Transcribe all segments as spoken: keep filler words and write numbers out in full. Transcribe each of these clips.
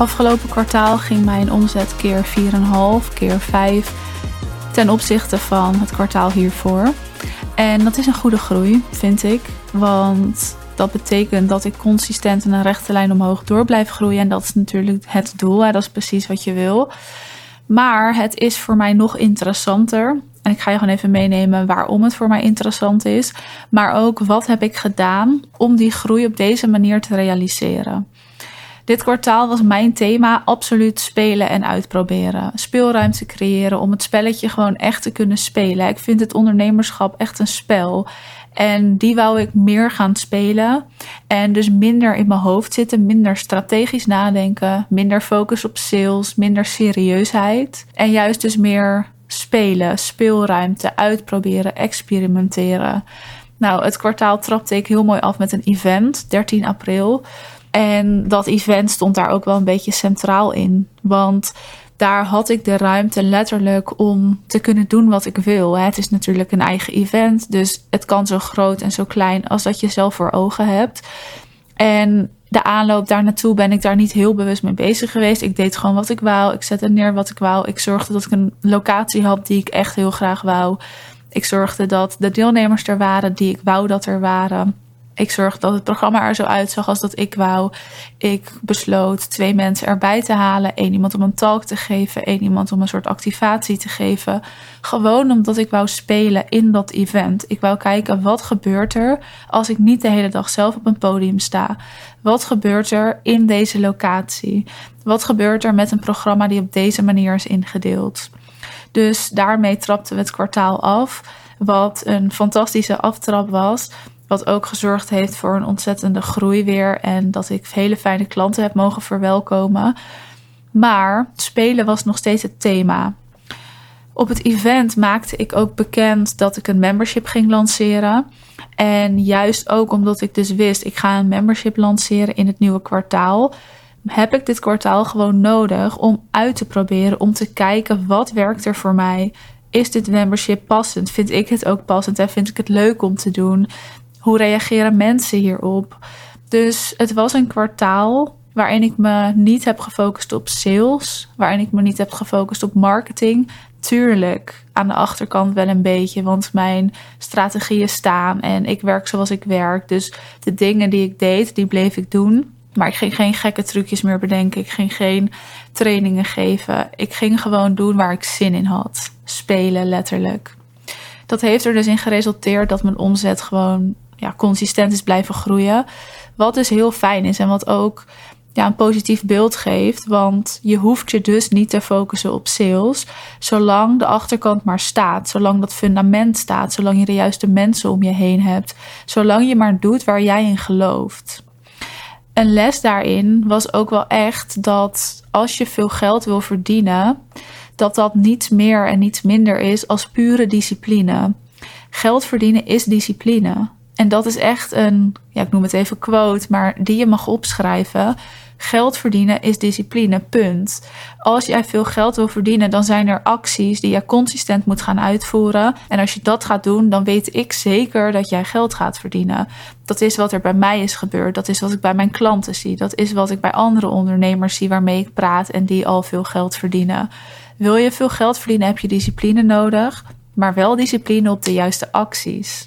Afgelopen kwartaal ging mijn omzet keer vier komma vijf, keer vijf ten opzichte van het kwartaal hiervoor. En dat is een goede groei, vind ik. Want dat betekent dat ik consistent in een rechte lijn omhoog door blijf groeien. En dat is natuurlijk het doel. Hè? Dat is precies wat je wil. Maar het is voor mij nog interessanter. En ik ga je gewoon even meenemen waarom het voor mij interessant is. Maar ook wat heb ik gedaan om die groei op deze manier te realiseren. Dit kwartaal was mijn thema absoluut spelen en uitproberen. Speelruimte creëren om het spelletje gewoon echt te kunnen spelen. Ik vind het ondernemerschap echt een spel. En die wou ik meer gaan spelen. En dus minder in mijn hoofd zitten, minder strategisch nadenken, minder focus op sales, minder serieusheid. En juist dus meer spelen, speelruimte, uitproberen, experimenteren. Nou, het kwartaal trapte ik heel mooi af met een event, dertien april. En dat event stond daar ook wel een beetje centraal in. Want daar had ik de ruimte letterlijk om te kunnen doen wat ik wil. Het is natuurlijk een eigen event. Dus het kan zo groot en zo klein als dat je zelf voor ogen hebt. En de aanloop daar naartoe ben ik daar niet heel bewust mee bezig geweest. Ik deed gewoon wat ik wou. Ik zette neer wat ik wou. Ik zorgde dat ik een locatie had die ik echt heel graag wou. Ik zorgde dat de deelnemers er waren die ik wou dat er waren. Ik zorgde dat het programma er zo uitzag als dat ik wou. Ik besloot twee mensen erbij te halen. Eén iemand om een talk te geven. Één iemand om een soort activatie te geven. Gewoon omdat ik wou spelen in dat event. Ik wou kijken wat gebeurt er als ik niet de hele dag zelf op een podium sta. Wat gebeurt er in deze locatie? Wat gebeurt er met een programma die op deze manier is ingedeeld? Dus daarmee trapten we het kwartaal af. Wat een fantastische aftrap was. Wat ook gezorgd heeft voor een ontzettende groei weer. En dat ik hele fijne klanten heb mogen verwelkomen. Maar spelen was nog steeds het thema. Op het event maakte ik ook bekend dat ik een membership ging lanceren. En juist ook omdat ik dus wist, ik ga een membership lanceren in het nieuwe kwartaal. Heb ik dit kwartaal gewoon nodig om uit te proberen. Om te kijken wat werkt er voor mij. Is dit membership passend? Vind ik het ook passend? En vind ik het leuk om te doen? Hoe reageren mensen hierop? Dus het was een kwartaal waarin ik me niet heb gefocust op sales. Waarin ik me niet heb gefocust op marketing. Tuurlijk, aan de achterkant wel een beetje. Want mijn strategieën staan en ik werk zoals ik werk. Dus de dingen die ik deed, die bleef ik doen. Maar ik ging geen gekke trucjes meer bedenken. Ik ging geen trainingen geven. Ik ging gewoon doen waar ik zin in had. Spelen, letterlijk. Dat heeft er dus in geresulteerd dat mijn omzet gewoon ja, consistent is blijven groeien. Wat dus heel fijn is en wat ook ja, een positief beeld geeft. Want je hoeft je dus niet te focussen op sales. Zolang de achterkant maar staat. Zolang dat fundament staat. Zolang je de juiste mensen om je heen hebt. Zolang je maar doet waar jij in gelooft. Een les daarin was ook wel echt dat als je veel geld wil verdienen, dat dat niets meer en niets minder is als pure discipline. Geld verdienen is discipline. En dat is echt een, ja, ik noem het even quote, maar die je mag opschrijven. Geld verdienen is discipline, punt. Als jij veel geld wil verdienen, dan zijn er acties die je consistent moet gaan uitvoeren. En als je dat gaat doen, dan weet ik zeker dat jij geld gaat verdienen. Dat is wat er bij mij is gebeurd. Dat is wat ik bij mijn klanten zie. Dat is wat ik bij andere ondernemers zie waarmee ik praat en die al veel geld verdienen. Wil je veel geld verdienen, heb je discipline nodig, maar wel discipline op de juiste acties.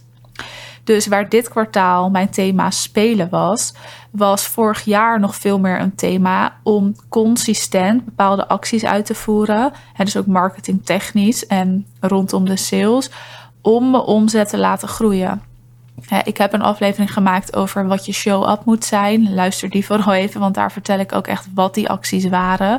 Dus waar dit kwartaal mijn thema spelen was, was vorig jaar nog veel meer een thema om consistent bepaalde acties uit te voeren. En dus ook marketingtechnisch en rondom de sales, om mijn omzet te laten groeien. Ik heb een aflevering gemaakt over wat je show-up moet zijn. Luister die vooral even, want daar vertel ik ook echt wat die acties waren.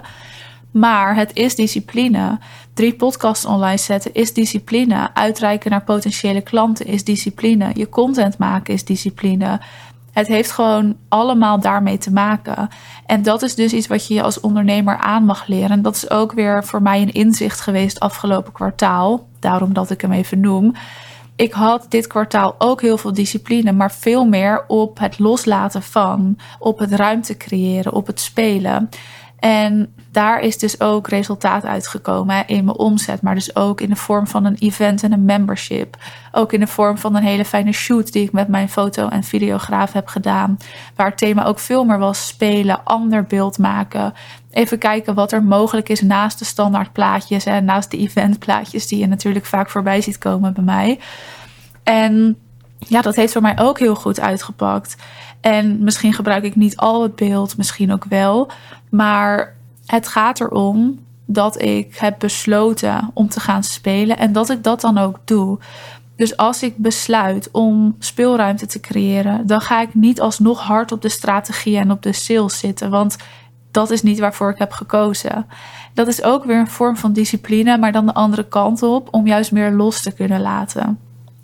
Maar het is discipline. Drie podcasts online zetten is discipline. Uitreiken naar potentiële klanten is discipline. Je content maken is discipline. Het heeft gewoon allemaal daarmee te maken. En dat is dus iets wat je als ondernemer aan mag leren. En dat is ook weer voor mij een inzicht geweest afgelopen kwartaal. Daarom dat ik hem even noem. Ik had dit kwartaal ook heel veel discipline, maar veel meer op het loslaten van, op het ruimte creëren, op het spelen. En daar is dus ook resultaat uitgekomen hè, in mijn omzet. Maar dus ook in de vorm van een event en een membership. Ook in de vorm van een hele fijne shoot die ik met mijn foto- en videograaf heb gedaan. Waar het thema ook veel meer was spelen, ander beeld maken. Even kijken wat er mogelijk is naast de standaard plaatjes. En naast de eventplaatjes die je natuurlijk vaak voorbij ziet komen bij mij. En ja, dat heeft voor mij ook heel goed uitgepakt. En misschien gebruik ik niet al het beeld, misschien ook wel. Maar het gaat erom dat ik heb besloten om te gaan spelen. En dat ik dat dan ook doe. Dus als ik besluit om speelruimte te creëren, dan ga ik niet alsnog hard op de strategie en op de sales zitten. Want dat is niet waarvoor ik heb gekozen. Dat is ook weer een vorm van discipline, maar dan de andere kant op. Om juist meer los te kunnen laten.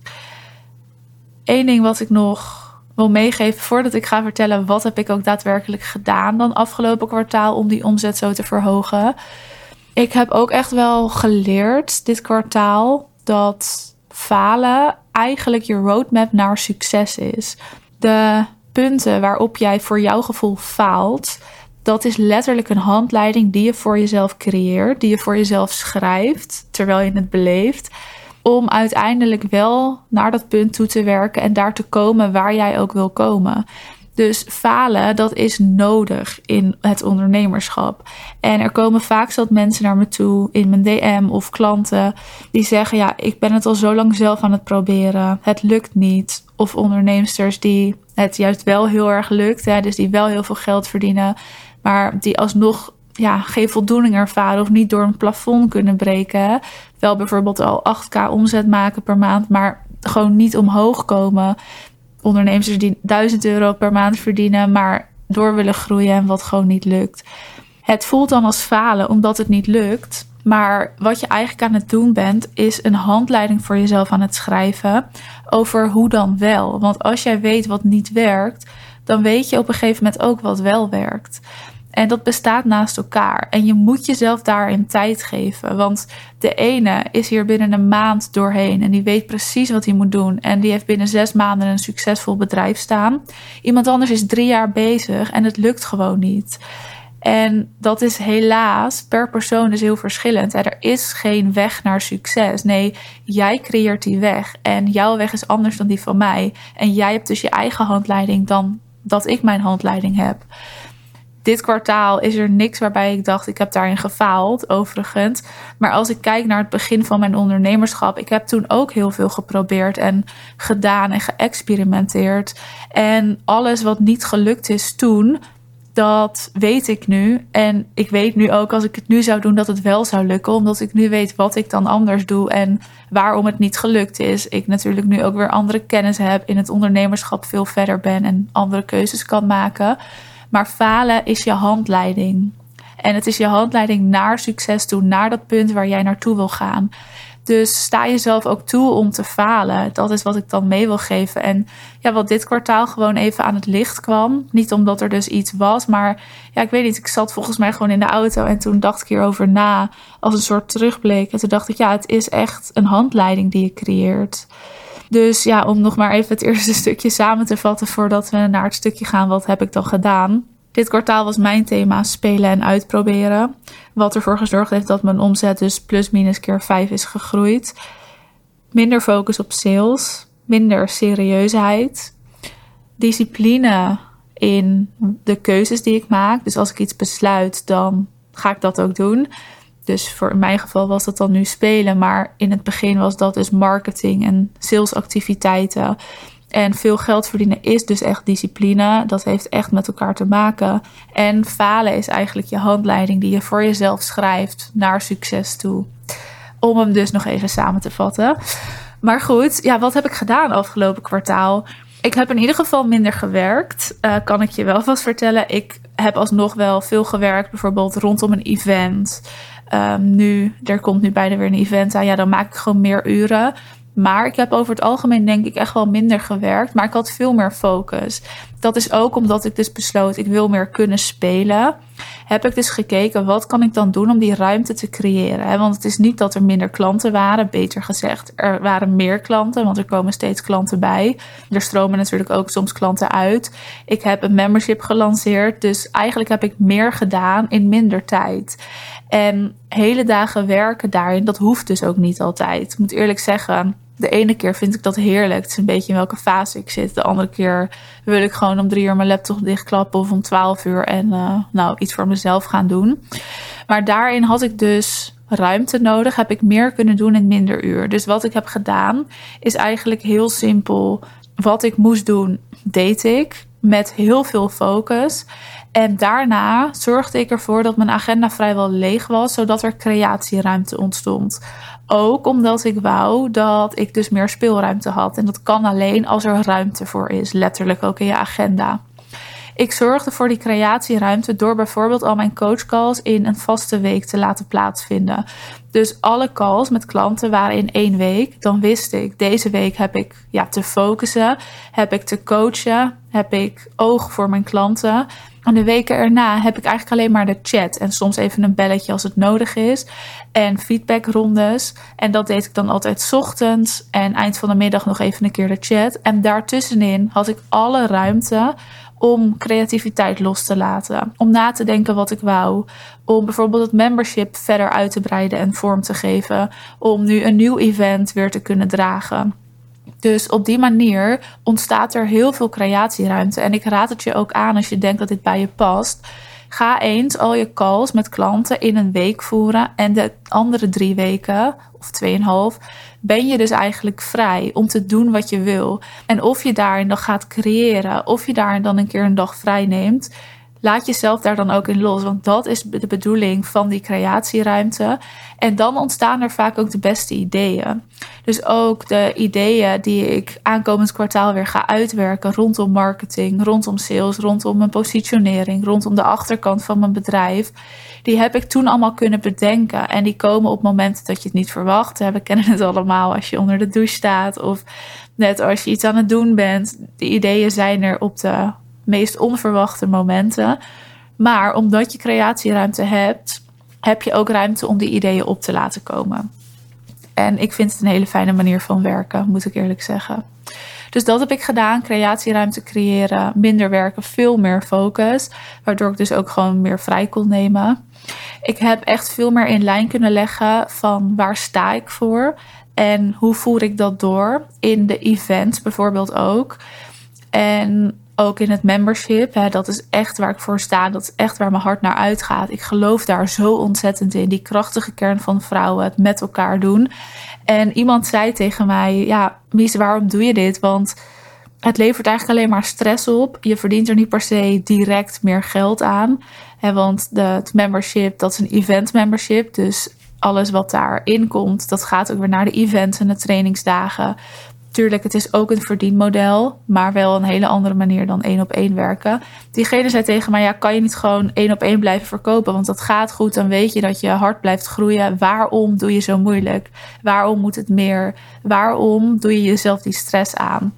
Eén ding wat ik nog wil meegeven voordat ik ga vertellen wat heb ik ook daadwerkelijk gedaan dan afgelopen kwartaal om die omzet zo te verhogen. Ik heb ook echt wel geleerd dit kwartaal dat falen eigenlijk je roadmap naar succes is. De punten waarop jij voor jouw gevoel faalt, dat is letterlijk een handleiding die je voor jezelf creëert, die je voor jezelf schrijft terwijl je het beleeft. Om uiteindelijk wel naar dat punt toe te werken en daar te komen waar jij ook wil komen. Dus falen, dat is nodig in het ondernemerschap. En er komen vaak zat mensen naar me toe in mijn D M of klanten die zeggen, ja, ik ben het al zo lang zelf aan het proberen. Het lukt niet. Of onderneemsters die het juist wel heel erg lukt. Hè, dus die wel heel veel geld verdienen. Maar die alsnog ja, geen voldoening ervaren of niet door een plafond kunnen breken. Wel bijvoorbeeld al acht k omzet maken per maand, maar gewoon niet omhoog komen. Ondernemers die duizend euro per maand verdienen, maar door willen groeien en wat gewoon niet lukt. Het voelt dan als falen omdat het niet lukt. Maar wat je eigenlijk aan het doen bent, is een handleiding voor jezelf aan het schrijven over hoe dan wel. Want als jij weet wat niet werkt, dan weet je op een gegeven moment ook wat wel werkt. En dat bestaat naast elkaar. En je moet jezelf daarin tijd geven. Want de ene is hier binnen een maand doorheen. En die weet precies wat hij moet doen. En die heeft binnen zes maanden een succesvol bedrijf staan. Iemand anders is drie jaar bezig en het lukt gewoon niet. En dat is helaas per persoon dus heel verschillend. Er is geen weg naar succes. Nee, jij creëert die weg. En jouw weg is anders dan die van mij. En jij hebt dus je eigen handleiding dan dat ik mijn handleiding heb. Dit kwartaal is er niks waarbij ik dacht, ik heb daarin gefaald, overigens. Maar als ik kijk naar het begin van mijn ondernemerschap, ik heb toen ook heel veel geprobeerd en gedaan en geëxperimenteerd. En alles wat niet gelukt is toen, dat weet ik nu. En ik weet nu ook, als ik het nu zou doen, dat het wel zou lukken. Omdat ik nu weet wat ik dan anders doe en waarom het niet gelukt is. Ik natuurlijk nu ook weer andere kennis heb, in het ondernemerschap veel verder ben en andere keuzes kan maken. Maar falen is je handleiding. En het is je handleiding naar succes toe, naar dat punt waar jij naartoe wil gaan. Dus sta jezelf ook toe om te falen. Dat is wat ik dan mee wil geven. En ja, wat dit kwartaal gewoon even aan het licht kwam. Niet omdat er dus iets was, maar ja, ik weet niet. Ik zat volgens mij gewoon in de auto en toen dacht ik hierover na als een soort terugblik. En toen dacht ik, ja, het is echt een handleiding die je creëert. Dus ja, om nog maar even het eerste stukje samen te vatten voordat we naar het stukje gaan, wat heb ik dan gedaan? Dit kwartaal was mijn thema spelen en uitproberen. Wat ervoor gezorgd heeft dat mijn omzet dus plus minus keer vijf is gegroeid. Minder focus op sales, minder serieusheid, discipline in de keuzes die ik maak. Dus als ik iets besluit, dan ga ik dat ook doen. Dus voor in mijn geval was dat dan nu spelen. Maar in het begin was dat dus marketing en salesactiviteiten. En veel geld verdienen is dus echt discipline. Dat heeft echt met elkaar te maken. En falen is eigenlijk je handleiding die je voor jezelf schrijft naar succes toe. Om hem dus nog even samen te vatten. Maar goed, ja, wat heb ik gedaan afgelopen kwartaal? Ik heb in ieder geval minder gewerkt. Uh, kan ik je wel vast vertellen. Ik heb alsnog wel veel gewerkt. Bijvoorbeeld rondom een event. Um, nu, er komt nu bijna weer een event aan. Ja, dan maak ik gewoon meer uren. Maar ik heb over het algemeen denk ik echt wel minder gewerkt. Maar ik had veel meer focus. dat is ook omdat ik dus besloot, ik wil meer kunnen spelen. Heb ik dus gekeken, wat kan ik dan doen om die ruimte te creëren? Hè? Want het is niet dat er minder klanten waren, beter gezegd. Er waren meer klanten, want er komen steeds klanten bij. Er stromen natuurlijk ook soms klanten uit. Ik heb een membership gelanceerd, dus eigenlijk heb ik meer gedaan in minder tijd. En hele dagen werken daarin, dat hoeft dus ook niet altijd. Ik moet eerlijk zeggen, de ene keer vind ik dat heerlijk. Het is een beetje in welke fase ik zit. De andere keer wil ik gewoon om drie uur mijn laptop dichtklappen of om twaalf uur en uh, nou iets voor mezelf gaan doen. Maar daarin had ik dus ruimte nodig. Heb ik meer kunnen doen in minder uur. Dus wat ik heb gedaan is eigenlijk heel simpel. Wat ik moest doen, deed ik met heel veel focus. En daarna zorgde ik ervoor dat mijn agenda vrijwel leeg was, zodat er creatieruimte ontstond. Ook omdat ik wou dat ik dus meer speelruimte had. En dat kan alleen als er ruimte voor is, letterlijk ook in je agenda. Ik zorgde voor die creatieruimte door bijvoorbeeld al mijn coachcalls in een vaste week te laten plaatsvinden. Dus alle calls met klanten waren in één week. Dan wist ik, deze week heb ik ja, te focussen, heb ik te coachen, heb ik oog voor mijn klanten. En de weken erna heb ik eigenlijk alleen maar de chat en soms even een belletje als het nodig is. En feedbackrondes. En dat deed ik dan altijd 's ochtends en eind van de middag nog even een keer de chat. En daartussenin had ik alle ruimte om creativiteit los te laten. Om na te denken wat ik wou. Om bijvoorbeeld het membership verder uit te breiden en vorm te geven. Om nu een nieuw event weer te kunnen dragen. Dus op die manier ontstaat er heel veel creatieruimte. En ik raad het je ook aan als je denkt dat dit bij je past. Ga eens al je calls met klanten in een week voeren. En de andere drie weken, of tweeënhalf, ben je dus eigenlijk vrij om te doen wat je wil. En of je daarin dan gaat creëren, of je daarin dan een keer een dag vrij neemt, laat jezelf daar dan ook in los. Want dat is de bedoeling van die creatieruimte. En dan ontstaan er vaak ook de beste ideeën. Dus ook de ideeën die ik aankomend kwartaal weer ga uitwerken rondom marketing, rondom sales, rondom mijn positionering, rondom de achterkant van mijn bedrijf. Die heb ik toen allemaal kunnen bedenken. En die komen op momenten dat je het niet verwacht. We kennen het allemaal als je onder de douche staat of net als je iets aan het doen bent. De ideeën zijn er op de meest onverwachte momenten. Maar omdat je creatieruimte hebt, heb je ook ruimte om die ideeën op te laten komen. En ik vind het een hele fijne manier van werken, moet ik eerlijk zeggen. Dus dat heb ik gedaan. Creatieruimte creëren, minder werken, veel meer focus. Waardoor ik dus ook gewoon meer vrij kon nemen. Ik heb echt veel meer in lijn kunnen leggen van waar sta ik voor. En hoe voer ik dat door. In de events bijvoorbeeld ook. En ook in het membership. Hè, dat is echt waar ik voor sta. Dat is echt waar mijn hart naar uitgaat. Ik geloof daar zo ontzettend in. Die krachtige kern van vrouwen. Het met elkaar doen. En iemand zei tegen mij, ja, Mies, waarom doe je dit? Want het levert eigenlijk alleen maar stress op. Je verdient er niet per se direct meer geld aan. Hè, want de, het membership, dat is een event membership. Dus alles wat daarin komt, dat gaat ook weer naar de events en de trainingsdagen. Tuurlijk, het is ook een verdienmodel, maar wel een hele andere manier dan één op één werken. Diegene zei tegen mij, ja, kan je niet gewoon één op één blijven verkopen? Want dat gaat goed, dan weet je dat je hard blijft groeien. Waarom doe je zo moeilijk? Waarom moet het meer? Waarom doe je jezelf die stress aan?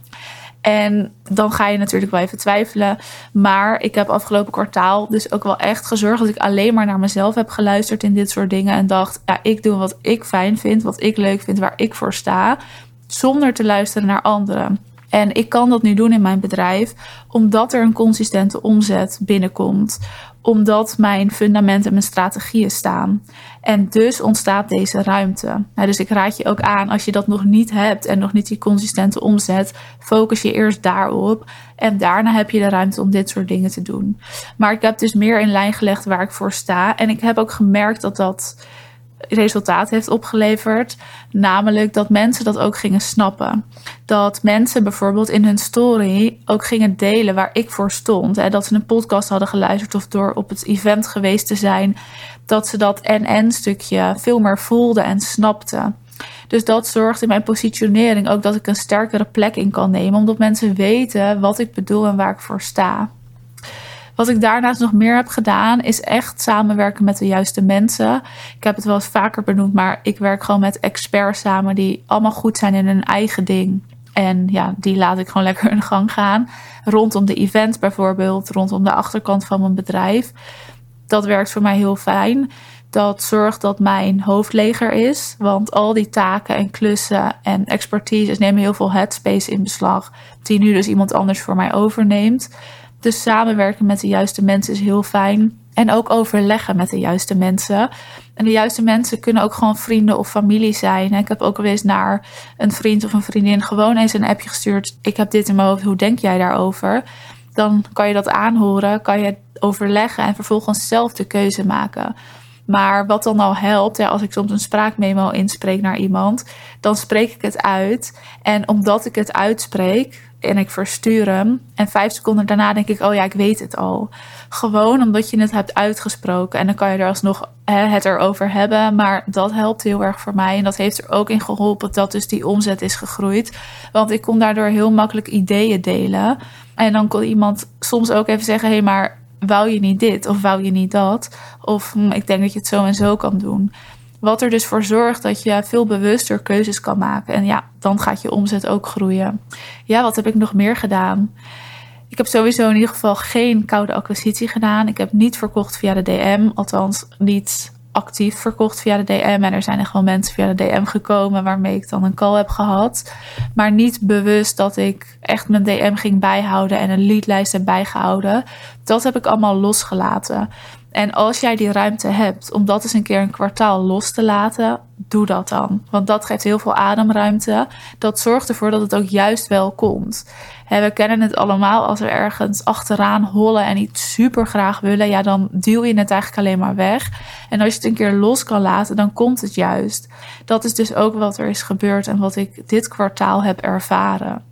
En dan ga je natuurlijk wel even twijfelen. Maar ik heb afgelopen kwartaal dus ook wel echt gezorgd dat ik alleen maar naar mezelf heb geluisterd in dit soort dingen. En dacht, ja, ik doe wat ik fijn vind, wat ik leuk vind, waar ik voor sta. Zonder te luisteren naar anderen. En ik kan dat nu doen in mijn bedrijf, omdat er een consistente omzet binnenkomt. Omdat mijn fundamenten en mijn strategieën staan. En dus ontstaat deze ruimte. Nou, dus ik raad je ook aan, als je dat nog niet hebt en nog niet die consistente omzet, focus je eerst daarop. En daarna heb je de ruimte om dit soort dingen te doen. Maar ik heb dus meer in lijn gelegd waar ik voor sta. En ik heb ook gemerkt dat dat resultaat heeft opgeleverd. Namelijk dat mensen dat ook gingen snappen. Dat mensen bijvoorbeeld in hun story ook gingen delen waar ik voor stond. Hè, dat ze een podcast hadden geluisterd of door op het event geweest te zijn. Dat ze dat en-en stukje veel meer voelden en snapten. Dus dat zorgt in mijn positionering ook dat ik een sterkere plek in kan nemen. Omdat mensen weten wat ik bedoel en waar ik voor sta. Wat ik daarnaast nog meer heb gedaan, is echt samenwerken met de juiste mensen. Ik heb het wel eens vaker benoemd, maar ik werk gewoon met experts samen die allemaal goed zijn in hun eigen ding. En ja, die laat ik gewoon lekker in gang gaan. Rondom de event bijvoorbeeld, rondom de achterkant van mijn bedrijf. Dat werkt voor mij heel fijn. Dat zorgt dat mijn hoofd leger is. Want al die taken en klussen en expertise nemen heel veel headspace in beslag. Die nu dus iemand anders voor mij overneemt. Dus samenwerken met de juiste mensen is heel fijn. En ook overleggen met de juiste mensen. En de juiste mensen kunnen ook gewoon vrienden of familie zijn. Ik heb ook al eens naar een vriend of een vriendin gewoon eens een appje gestuurd. Ik heb dit in mijn hoofd, hoe denk jij daarover? Dan kan je dat aanhoren, kan je overleggen en vervolgens zelf de keuze maken. Maar wat dan al helpt, ja, als ik soms een spraakmemo inspreek naar iemand, dan spreek ik het uit. En omdat ik het uitspreek en ik verstuur hem, en vijf seconden daarna denk ik, oh ja, ik weet het al. Gewoon omdat je het hebt uitgesproken. En dan kan je er alsnog hè, het erover hebben. Maar dat helpt heel erg voor mij. En dat heeft er ook in geholpen dat dus die omzet is gegroeid. Want ik kon daardoor heel makkelijk ideeën delen. En dan kon iemand soms ook even zeggen, hé, hey, maar wou je niet dit of wou je niet dat? Of hm, ik denk dat je het zo en zo kan doen. Wat er dus voor zorgt dat je veel bewuster keuzes kan maken. En ja, dan gaat je omzet ook groeien. Ja, wat heb ik nog meer gedaan? Ik heb sowieso in ieder geval geen koude acquisitie gedaan. Ik heb niet verkocht via de D M. Althans, niet actief verkocht via de D M. En er zijn echt wel mensen via de D M gekomen waarmee ik dan een call heb gehad. Maar niet bewust dat ik echt mijn D M ging bijhouden en een leadlijst heb bijgehouden. Dat heb ik allemaal losgelaten. En als jij die ruimte hebt om dat eens een keer een kwartaal los te laten, doe dat dan. Want dat geeft heel veel ademruimte. Dat zorgt ervoor dat het ook juist wel komt. He, we kennen het allemaal, als we ergens achteraan hollen en iets super graag willen, ja, dan duw je het eigenlijk alleen maar weg. En als je het een keer los kan laten, dan komt het juist. Dat is dus ook wat er is gebeurd en wat ik dit kwartaal heb ervaren.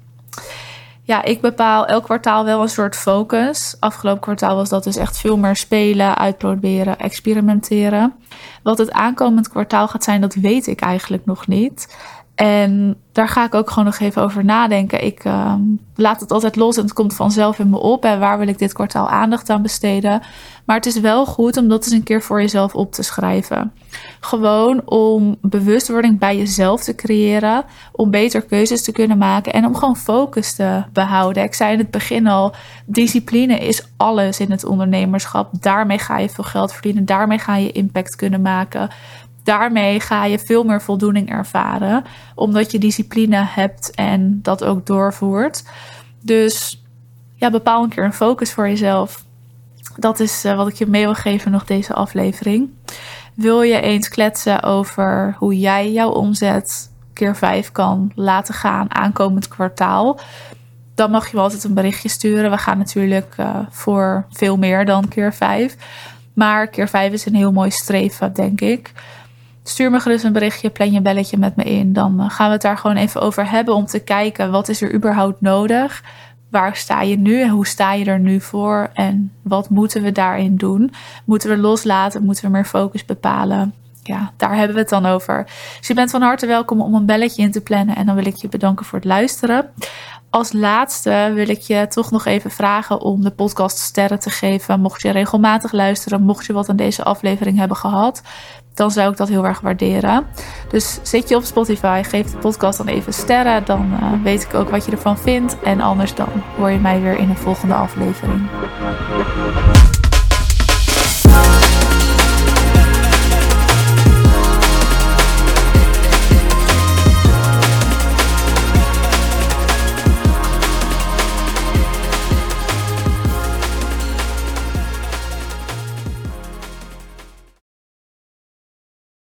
Ja, ik bepaal elk kwartaal wel een soort focus. Afgelopen kwartaal was dat dus echt veel meer spelen, uitproberen, experimenteren. Wat het aankomend kwartaal gaat zijn, dat weet ik eigenlijk nog niet. En daar ga ik ook gewoon nog even over nadenken. Ik uh, laat het altijd los en het komt vanzelf in me op. En waar wil ik dit kwartaal aandacht aan besteden? Maar het is wel goed om dat eens een keer voor jezelf op te schrijven. Gewoon om bewustwording bij jezelf te creëren. Om beter keuzes te kunnen maken. En om gewoon focus te behouden. Ik zei in het begin al, discipline is alles in het ondernemerschap. Daarmee ga je veel geld verdienen. Daarmee ga je impact kunnen maken. Daarmee ga je veel meer voldoening ervaren. Omdat je discipline hebt en dat ook doorvoert. Dus ja, bepaal een keer een focus voor jezelf. Dat is uh, wat ik je mee wil geven nog deze aflevering. Wil je eens kletsen over hoe jij jouw omzet keer vijf kan laten gaan aankomend kwartaal? Dan mag je me altijd een berichtje sturen. We gaan natuurlijk uh, voor veel meer dan keer vijf. Maar keer vijf is een heel mooi streven, denk ik. Stuur me gerust een berichtje, plan je belletje met me in. Dan gaan we het daar gewoon even over hebben om te kijken, wat is er überhaupt nodig? Waar sta je nu en hoe sta je er nu voor? En wat moeten we daarin doen? Moeten we loslaten? Moeten we meer focus bepalen? Ja, daar hebben we het dan over. Dus je bent van harte welkom om een belletje in te plannen. En dan wil ik je bedanken voor het luisteren. Als laatste wil ik je toch nog even vragen om de podcast sterren te geven. Mocht je regelmatig luisteren, mocht je wat aan deze aflevering hebben gehad, dan zou ik dat heel erg waarderen. Dus zit je op Spotify, geef de podcast dan even sterren. Dan uh, weet ik ook wat je ervan vindt. En anders dan hoor je mij weer in een volgende aflevering.